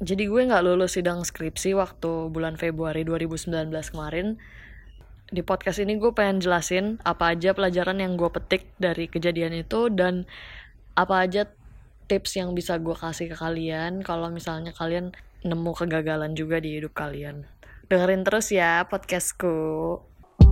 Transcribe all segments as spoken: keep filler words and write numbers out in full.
Jadi gue nggak lulus sidang skripsi waktu bulan Februari dua ribu sembilan belas kemarin. Di podcast ini gue pengen jelasin apa aja pelajaran yang gue petik dari kejadian itu dan apa aja tips yang bisa gue kasih ke kalian kalau misalnya kalian nemu kegagalan juga di hidup kalian. Dengerin terus ya podcastku.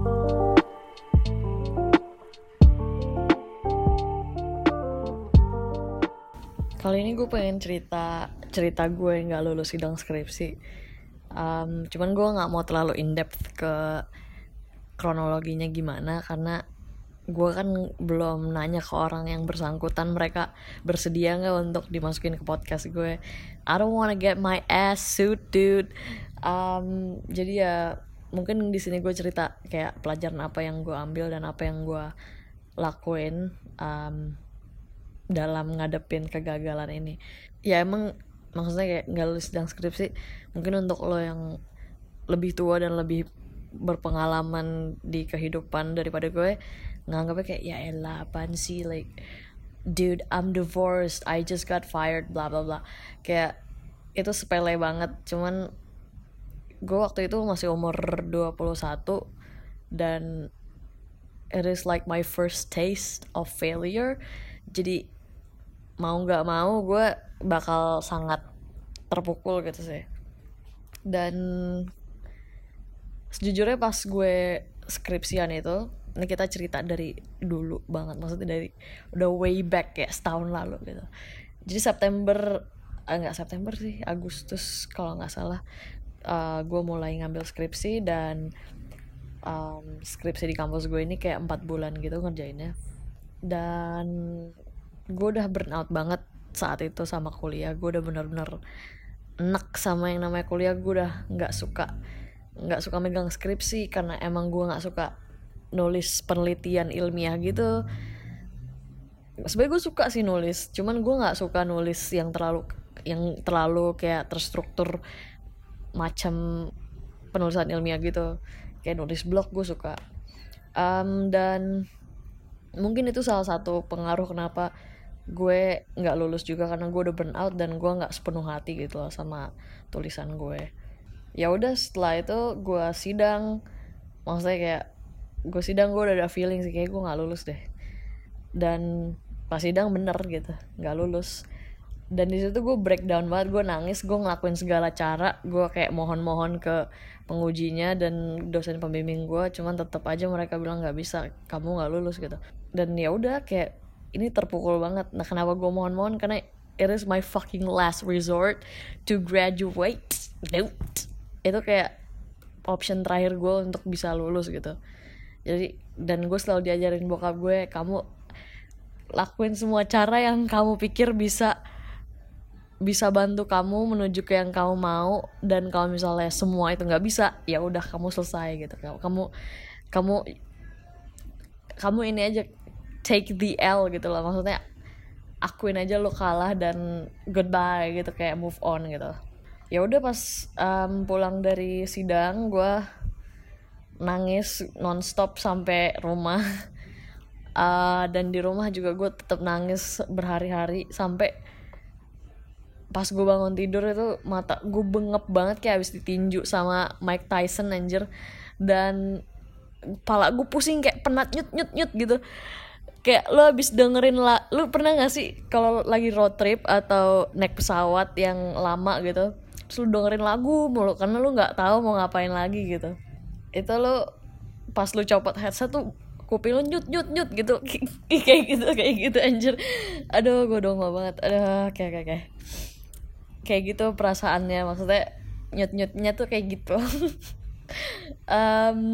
Kali ini gue pengen cerita cerita gue nggak lulus sidang skripsi. Um, cuman gue nggak mau terlalu in depth ke kronologinya gimana karena gue kan belum nanya ke orang yang bersangkutan mereka bersedia nggak untuk dimasukin ke podcast gue. I don't wanna get my ass sued, dude. Um, jadi ya mungkin di sini gue cerita kayak pelajaran apa yang gue ambil dan apa yang gue lakuin um, dalam ngadepin kegagalan ini. Ya emang maksudnya kayak nggak lulus sidang skripsi mungkin untuk lo yang lebih tua dan lebih berpengalaman di kehidupan daripada gue nganggapnya kayak ya elah apaan sih, like dude I'm divorced, I just got fired, bla bla bla. Kayak itu sepele banget. Cuman gue waktu itu masih umur dua puluh satu dan it is like my first taste of failure. Jadi mau nggak mau gue bakal sangat terpukul gitu sih. Dan sejujurnya pas gue skripsian itu, ini kita cerita dari dulu banget, maksudnya dari udah way back kayak setahun lalu gitu. Jadi September, eh, nggak September sih, Agustus kalau nggak salah, uh, gue mulai ngambil skripsi dan um, skripsi di kampus gue ini kayak empat bulan gitu ngerjainnya. Dan gue udah burn out banget saat itu sama kuliah. Gue udah bener-bener enak sama yang namanya kuliah. Gue udah nggak suka nggak suka megang skripsi karena emang gue nggak suka nulis penelitian ilmiah gitu. Sebenarnya gue suka sih nulis, cuman gue nggak suka nulis yang terlalu yang terlalu kayak terstruktur macam penulisan ilmiah gitu. Kayak nulis blog gue suka. Um, dan mungkin itu salah satu pengaruh kenapa gue nggak lulus juga, karena gue udah burn out dan gue nggak sepenuh hati gitu loh sama tulisan gue. Ya udah setelah itu gue sidang, maksudnya kayak gue sidang gue udah ada feeling sih kayak gue nggak lulus deh. Dan pas sidang bener gitu nggak lulus. Dan di situ gue breakdown banget, gue nangis, gue ngelakuin segala cara, gue kayak mohon-mohon ke pengujinya dan dosen pembimbing gue, cuman tetap aja mereka bilang nggak bisa, kamu nggak lulus gitu. Dan ya udah kayak ini terpukul banget. Nah kenapa gue mohon-mohon, karena it is my fucking last resort to graduate. Nope. Itu kayak option terakhir gue untuk bisa lulus gitu. Jadi dan gue selalu diajarin bokap gue, kamu lakuin semua cara yang kamu pikir bisa bisa bantu kamu menuju ke yang kamu mau, dan kalau misalnya semua itu nggak bisa, ya udah kamu selesai gitu. Kamu kamu kamu ini aja, take the L gitu loh, maksudnya akuin aja lo kalah dan goodbye gitu, kayak move on gitu. Ya udah pas um, pulang dari sidang gue nangis nonstop sampai rumah. Uh, dan di rumah juga gue tetap nangis berhari-hari sampai pas gue bangun tidur itu mata gue bengep banget kayak habis ditinju sama Mike Tyson anjir. Dan kepala gue pusing kayak penat nyut nyut nyut gitu. Kayak lo habis dengerin lah, lo pernah gak sih kalau lagi road trip atau naik pesawat yang lama gitu, terus lo dengerin lagu mulu karena lo nggak tahu mau ngapain lagi gitu. Itu lo pas lo copot headset tuh kuping lo nyut nyut nyut gitu. Kayak gitu kayak gitu anjir. Aduh gue dongeng banget. Aduh kayak kayak kayak kayak gitu perasaannya, maksudnya nyut nyutnya tuh kayak gitu. um,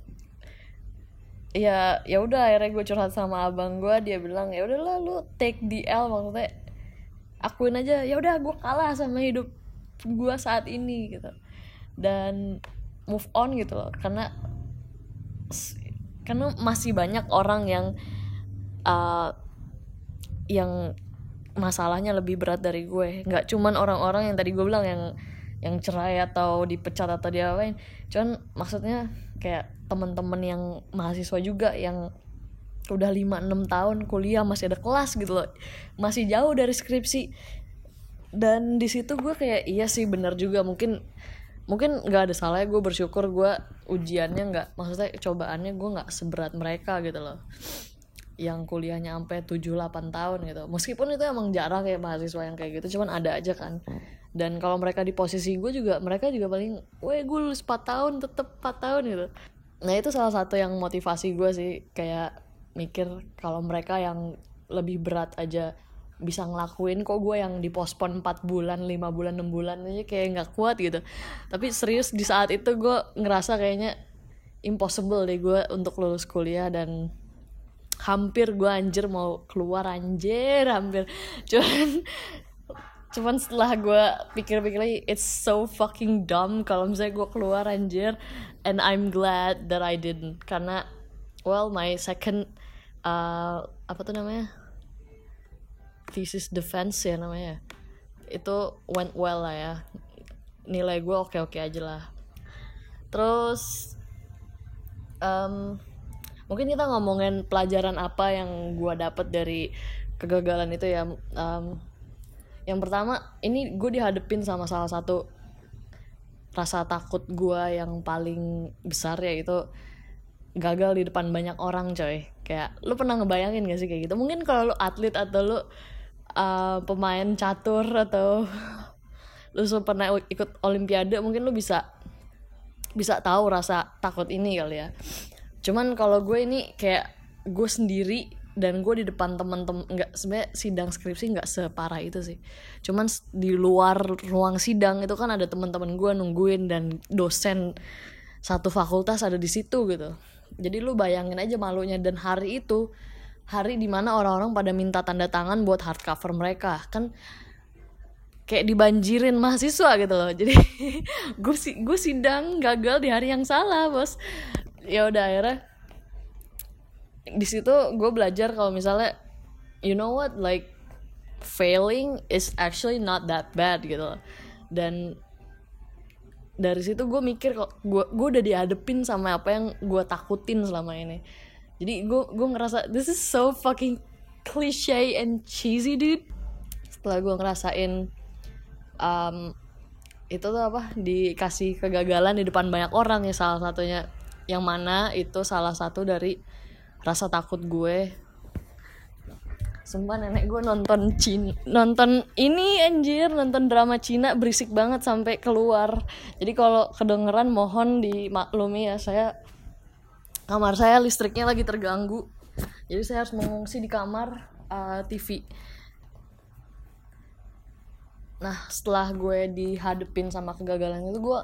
ya ya udah akhirnya gue curhat sama abang gue, dia bilang ya udahlah lu take the L, maksudnya akuin aja ya udah gue kalah sama hidup gue saat ini gitu, dan move on gitu loh. Karena karena masih banyak orang yang uh, yang masalahnya lebih berat dari gue. Nggak cuman orang-orang yang tadi gue bilang yang yang cerai atau dipecat atau diapain, cuman maksudnya kayak teman-teman yang mahasiswa juga yang udah lima enam tahun kuliah masih ada kelas gitu loh, masih jauh dari skripsi. dan di situ gue kayak iya sih benar juga, mungkin mungkin nggak ada salahnya gue bersyukur gue ujiannya nggak, maksudnya cobaannya gue nggak seberat mereka gitu loh, yang kuliahnya sampai tujuh delapan tahun gitu. Meskipun itu emang jarang kayak mahasiswa yang kayak gitu, cuman ada aja kan. Dan kalau mereka di posisi gue juga, mereka juga paling, weh gue lulus empat tahun tetep empat tahun gitu. Nah itu salah satu yang motivasi gue sih, kayak mikir kalau mereka yang lebih berat aja bisa ngelakuin, kok gue yang dipospon empat bulan, lima bulan, enam bulan aja kayak gak kuat gitu. Tapi serius di saat itu gue ngerasa kayaknya impossible deh gue untuk lulus kuliah, dan hampir gue anjir mau keluar, anjir hampir. Cuman cuman setelah gue pikir-pikir lagi, it's so fucking dumb kalau misalnya gue keluar anjir. And I'm glad that I didn't, karena well my second uh, apa tuh namanya, thesis defense ya namanya, itu went well lah ya, nilai gue oke-oke aja lah. Terus um, mungkin kita ngomongin pelajaran apa yang gue dapet dari kegagalan itu ya. Um, yang pertama, ini gue dihadepin sama salah satu rasa takut gue yang paling besar, yaitu gagal di depan banyak orang coy. Kayak lu pernah ngebayangin gak sih kayak gitu? Mungkin kalau lu atlet atau lu uh, pemain catur atau lu pernah ikut olimpiade, mungkin lu bisa bisa tahu rasa takut ini kali ya. Cuman kalau gue ini kayak gue sendiri, dan gue di depan teman-teman, nggak, sebenarnya sidang skripsi nggak separah itu sih, cuman di luar ruang sidang itu kan ada teman-teman gue nungguin, dan dosen satu fakultas ada di situ gitu. Jadi lu bayangin aja malunya. Dan hari itu hari dimana orang-orang pada minta tanda tangan buat hardcover mereka, kan kayak dibanjirin mahasiswa gitu loh. Jadi gue gue sidang gagal di hari yang salah bos. Ya udah akhirnya di situ gue belajar kalau misalnya you know what, like failing is actually not that bad gitu. Dan dari situ gue mikir kok gue gue udah dihadepin sama apa yang gue takutin selama ini. Jadi gue gue ngerasa this is so fucking cliche and cheesy dude. Setelah gue ngerasain um, itu tuh apa, dikasih kegagalan di depan banyak orang ya, salah satunya yang mana itu salah satu dari rasa takut gue. Sumpah nenek gue nonton Cina, nonton ini anjir, nonton drama Cina berisik banget sampai keluar. Jadi kalau kedengeran mohon dimaklumi ya, saya kamar saya listriknya lagi terganggu. Jadi saya harus mengungsi di kamar uh, T V. Nah setelah gue dihadepin sama kegagalan itu, gue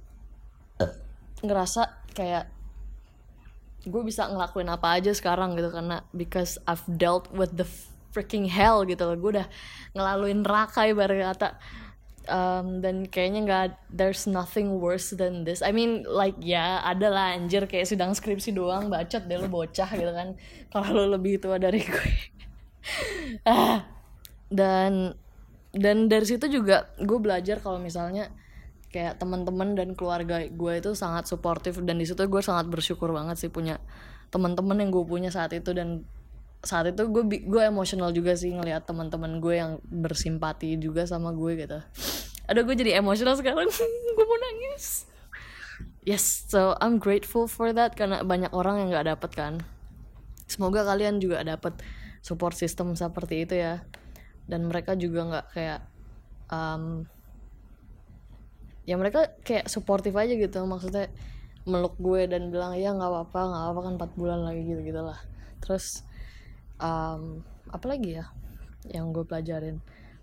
ngerasa kayak gue bisa ngelakuin apa aja sekarang gitu, karena because I've dealt with the freaking hell gitu loh. Gue udah ngelaluin neraka ibarat kata. Um, dan kayaknya nggak, there's nothing worse than this. I mean like ya ada lah anjir, kayak sidang skripsi doang, bacot deh lu bocah gitu kan, kalau lu lebih tua dari gue. ah, dan dan dari situ juga gue belajar kalau misalnya kayak teman-teman dan keluarga gue itu sangat suportif, dan di situ gue sangat bersyukur banget sih punya teman-teman yang gue punya saat itu. Dan saat itu gue gue emosional juga sih ngelihat teman-teman gue yang bersimpati juga sama gue gitu. Aduh gue jadi emosional sekarang. Gue mau nangis. Yes, so I'm grateful for that, karena banyak orang yang nggak dapet kan. Semoga kalian juga dapet support system seperti itu ya, dan mereka juga nggak kayak um, ya mereka kayak suportif aja gitu, maksudnya meluk gue dan bilang ya nggak apa-apa nggak apa-apa kan empat bulan lagi gitu gitulah. Terus um, apa lagi ya yang gue pelajarin,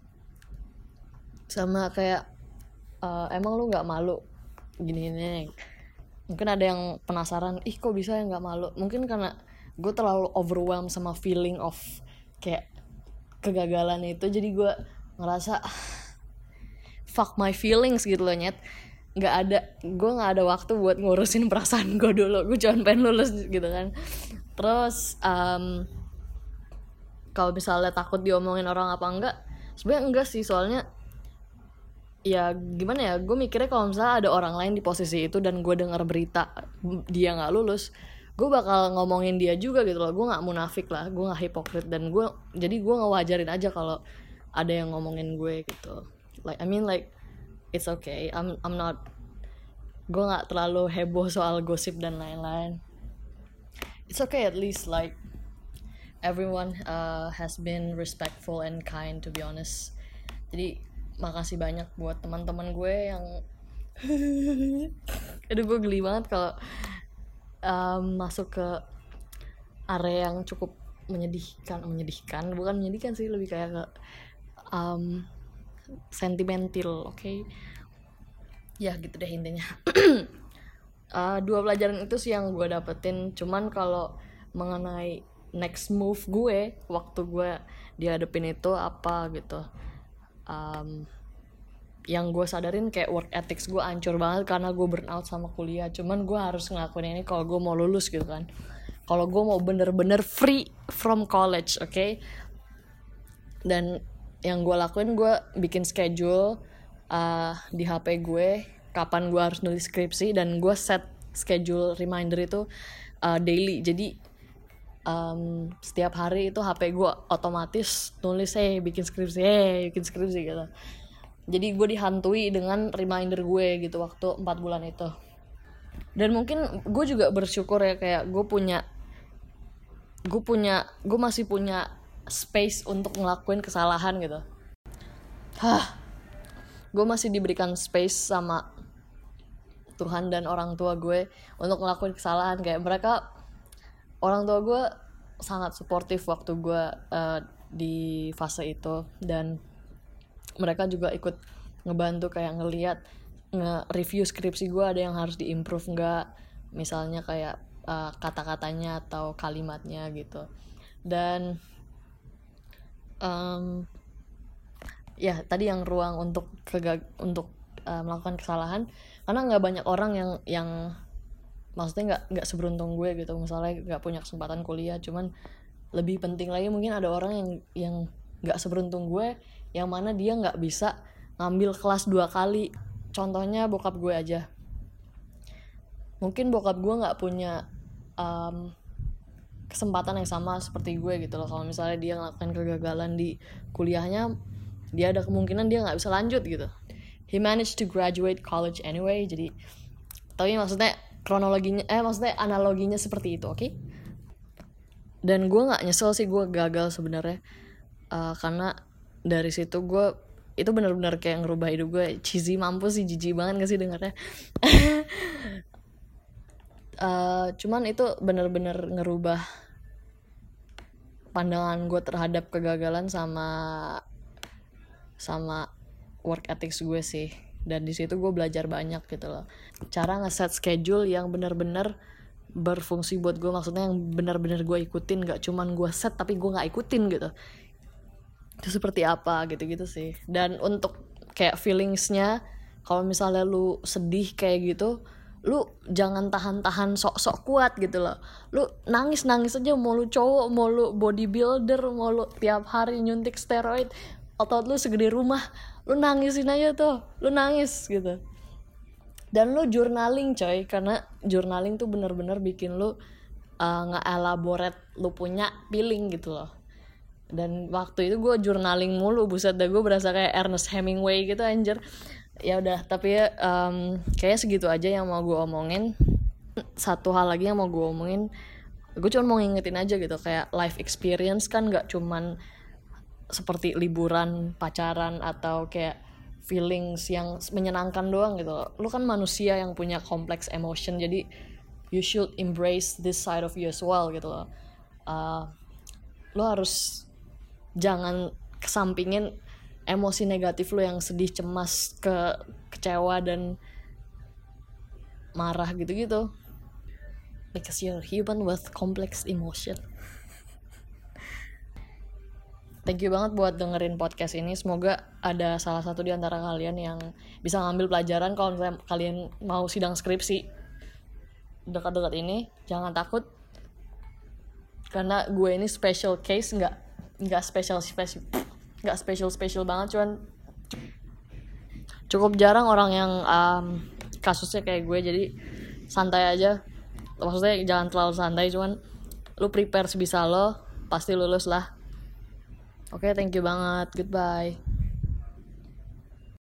sama kayak uh, emang lu nggak malu gini-gini. Mungkin ada yang penasaran, ih kok bisa ya nggak malu. Mungkin karena gue terlalu overwhelmed sama feeling of kayak kegagalan itu, jadi gue ngerasa fuck my feelings gitu loh nyet. Nggak ada, gue nggak ada waktu buat ngurusin perasaan gue dulu. Gue cuma pengen lulus gitu kan. Terus um, kalau misalnya takut diomongin orang apa enggak, sebenarnya enggak sih, soalnya ya gimana ya, gue mikirnya kalau misalnya ada orang lain di posisi itu dan gue dengar berita dia nggak lulus, gue bakal ngomongin dia juga gitu loh. Gue nggak munafik lah, gue nggak hipokrit, dan gue jadi gue ngewajarin aja kalau ada yang ngomongin gue gitu. Like I mean like it's okay. I'm I'm not gue nggak terlalu heboh soal gosip dan lain-lain. It's okay at least like everyone uh, has been respectful and kind to be honest. Jadi makasih banyak buat teman-teman gue yang aduh gue geli banget kalau um, masuk ke area yang cukup menyedihkan menyedihkan bukan menyedihkan sih, lebih kayak ke um, sentimental, oke okay? Ya gitu deh intinya. uh, dua pelajaran itu sih yang gue dapetin. Cuman kalau mengenai next move gue waktu gue dihadapin itu apa gitu, um, yang gue sadarin kayak work ethics gue hancur banget karena gue burn out sama kuliah. Cuman gue harus ngelakuin ini kalau gue mau lulus gitu kan, kalau gue mau bener-bener free from college, oke okay? Dan yang gue lakuin, gue bikin schedule uh, di H P gue kapan gue harus nulis skripsi, dan gue set schedule reminder itu uh, daily. Jadi um, setiap hari itu H P gue otomatis nulis eh bikin skripsi eh bikin skripsi gitu. Jadi gue dihantui dengan reminder gue gitu waktu empat bulan itu. Dan mungkin gue juga bersyukur ya, kayak gue punya gue punya gue masih punya space untuk ngelakuin kesalahan gitu. Hah, gue masih diberikan space sama Tuhan dan orang tua gue untuk ngelakuin kesalahan. Kayak mereka, orang tua gue sangat suportif waktu gue uh, di fase itu, dan mereka juga ikut ngebantu kayak ngelihat nge-review skripsi gue ada yang harus diimprove nggak, misalnya kayak uh, kata-katanya atau kalimatnya gitu. Dan um, ya tadi yang ruang untuk kegag- untuk uh, melakukan kesalahan, karena nggak banyak orang yang yang maksudnya nggak nggak seberuntung gue gitu, misalnya nggak punya kesempatan kuliah. Cuman lebih penting lagi mungkin ada orang yang yang nggak seberuntung gue, yang mana dia nggak bisa ngambil kelas dua kali. Contohnya bokap gue aja, mungkin bokap gue nggak punya um, kesempatan yang sama seperti gue gitu loh. Kalau misalnya dia ngelakukan kegagalan di kuliahnya, dia ada kemungkinan dia nggak bisa lanjut gitu. He managed to graduate college anyway. Jadi tapi maksudnya kronologinya eh maksudnya analoginya seperti itu, oke okay? Dan gue nggak nyesel sih gue gagal sebenarnya, uh, karena dari situ gue itu benar-benar kayak ngerubah hidup gue. Cheesy mampus sih, jijik banget gak sih dengarnya. uh, cuman itu benar-benar ngerubah pandangan gue terhadap kegagalan sama sama work ethics gue sih. Dan di situ gue belajar banyak gitu loh, cara ngeset schedule yang benar-benar berfungsi buat gue, maksudnya yang benar-benar gue ikutin, gak cuman gue set tapi gue gak ikutin gitu. Itu seperti apa gitu-gitu sih. Dan untuk kayak feelingsnya, kalau misalnya lu sedih kayak gitu, lu jangan tahan-tahan sok-sok kuat gitu loh. Lu nangis-nangis aja, mau lu cowok, mau lu bodybuilder, mau lu tiap hari nyuntik steroid, otot lu segede rumah, lu nangisin aja tuh, lu nangis gitu. Dan lu journaling coy, karena journaling tuh bener-bener bikin lu uh, nge-elaborate lu punya feeling gitu loh. Dan waktu itu gue journaling mulu, buset dah, gue berasa kayak Ernest Hemingway gitu anjir. Ya udah, tapi ya um, kayaknya segitu aja yang mau gue omongin. Satu hal lagi yang mau gue omongin, gue cuma mau ngingetin aja gitu, kayak life experience kan gak cuman seperti liburan, pacaran, atau kayak feelings yang menyenangkan doang gitu loh. Lu kan manusia yang punya complex emotion, jadi you should embrace this side of you as well gitu loh. Uh, lu harus jangan kesampingin emosi negatif lu yang sedih, cemas, ke kecewa dan marah gitu-gitu, because you're human with complex emotion. Thank you banget buat dengerin podcast ini. Semoga ada salah satu di antara kalian yang bisa ngambil pelajaran kalau misalnya kalian mau sidang skripsi dekat-dekat ini. Jangan takut, karena gue ini special case, nggak nggak special special nggak special special banget, cuman cukup jarang orang yang um, kasusnya kayak gue. Jadi santai aja, maksudnya jangan terlalu santai, cuman lu prepare sebisa lo, pasti lulus lah. Oke, thank you banget. Goodbye.